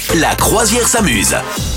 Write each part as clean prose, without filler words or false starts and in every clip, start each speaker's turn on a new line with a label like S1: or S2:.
S1: La croisière s'amuse.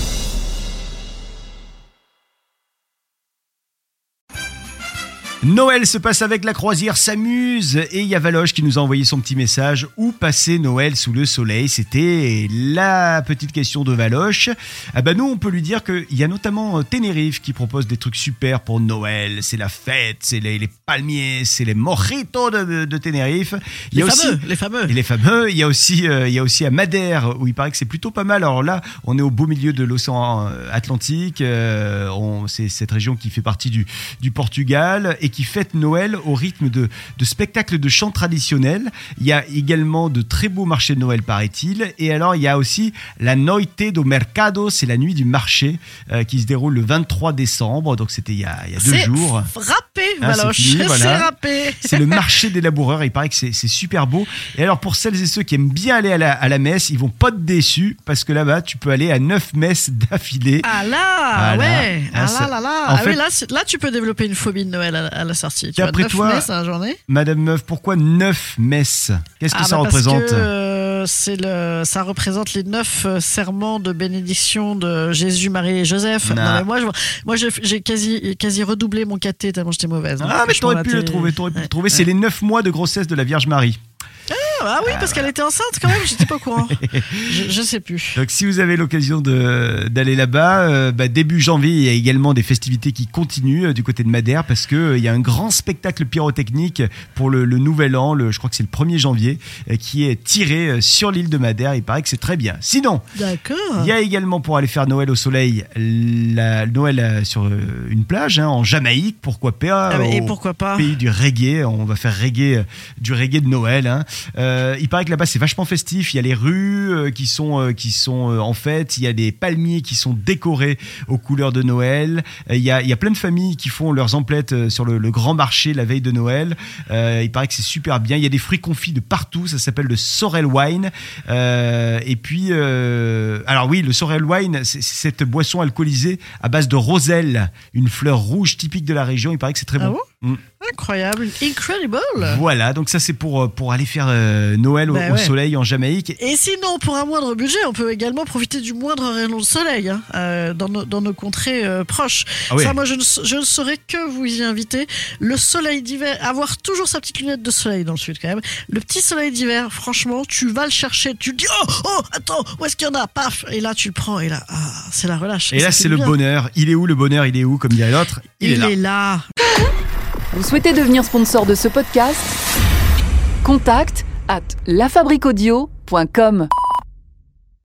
S2: Noël se passe avec la croisière s'amuse et il y a Valoche qui nous a envoyé son petit message. Où passer Noël sous le soleil? C'était la petite question de Valoche. Nous on peut lui dire qu'il y a notamment Tenerife qui propose des trucs super pour Noël. C'est la fête, c'est les palmiers, c'est les mojitos de Tenerife.
S3: Les fameux.
S2: Et les fameux. Il y a aussi à Madère où il paraît que c'est plutôt pas mal. Alors là, on est au beau milieu de l'océan Atlantique. C'est cette région qui fait partie du Portugal et qui fête Noël au rythme de spectacles de chants traditionnels. Il y a également de très beaux marchés de Noël, paraît-il. Et alors, il y a aussi la Noite do Mercado, c'est la nuit du marché qui se déroule le 23 décembre. Donc, c'était il y a 2 jours.
S3: C'est râpé, Valoche. C'est râpé.
S2: C'est le marché des laboureurs. Il paraît que c'est super beau. Et alors, pour celles et ceux qui aiment bien aller à la messe, ils vont pas être déçus parce que là-bas, tu peux aller à 9 messes d'affilée.
S3: Ah là, ouais. Là, tu peux développer une phobie de Noël à la sortie. Tu vois, 9 messes à la journée.
S2: Madame Meuf, pourquoi 9 messes? Qu'est-ce que ça représente?
S3: Parce que ça représente les 9 serments de bénédiction de Jésus, Marie et Joseph. Non, mais moi j'ai quasi redoublé mon caté tellement j'étais mauvaise.
S2: Mais t'aurais pu le trouver. C'est les 9 mois de grossesse de la Vierge Marie.
S3: Ah oui, parce qu'elle était enceinte quand même, j'étais pas au courant. Je sais plus.
S2: Donc si vous avez l'occasion d'aller là-bas, début janvier, il y a également des festivités qui continuent du côté de Madère parce qu'il y a un grand spectacle pyrotechnique pour le nouvel an, je crois que c'est le 1er janvier, qui est tiré sur l'île de Madère. Il paraît que c'est très bien. Sinon, il y a également pour aller faire Noël au soleil, Noël sur une plage, en Jamaïque, pourquoi pas,
S3: pourquoi pas.
S2: Pays du reggae, on va faire du reggae de Noël. Il paraît que là-bas c'est vachement festif. Il y a les rues qui sont en fête. Il y a des palmiers qui sont décorés aux couleurs de Noël. Il y a plein de familles qui font leurs emplettes sur le grand marché la veille de Noël. Il paraît que c'est super bien. Il y a des fruits confits de partout. Ça s'appelle le Sorel Wine. Et puis, alors oui, le Sorel Wine, c'est cette boisson alcoolisée à base de roselle, une fleur rouge typique de la région. Il paraît que c'est très bon.
S3: Incroyable, incredible.
S2: Voilà, donc ça c'est pour aller faire Noël au soleil en Jamaïque.
S3: Et sinon, pour un moindre budget, on peut également profiter du moindre rayon de soleil dans nos contrées proches. Ça, moi, je ne saurais que vous y inviter. Le soleil d'hiver, avoir toujours sa petite lunette de soleil dans le sud quand même. Le petit soleil d'hiver, franchement, tu vas le chercher, tu te dis attends, où est-ce qu'il y en a? Paf, et là tu le prends et là c'est la relâche.
S2: Et là c'est le bonheur. Il est où le bonheur? Il est où, comme dirait l'autre?
S3: Il est là.
S4: Vous souhaitez devenir sponsor de ce podcast? Contact @lafabriquaudio.com.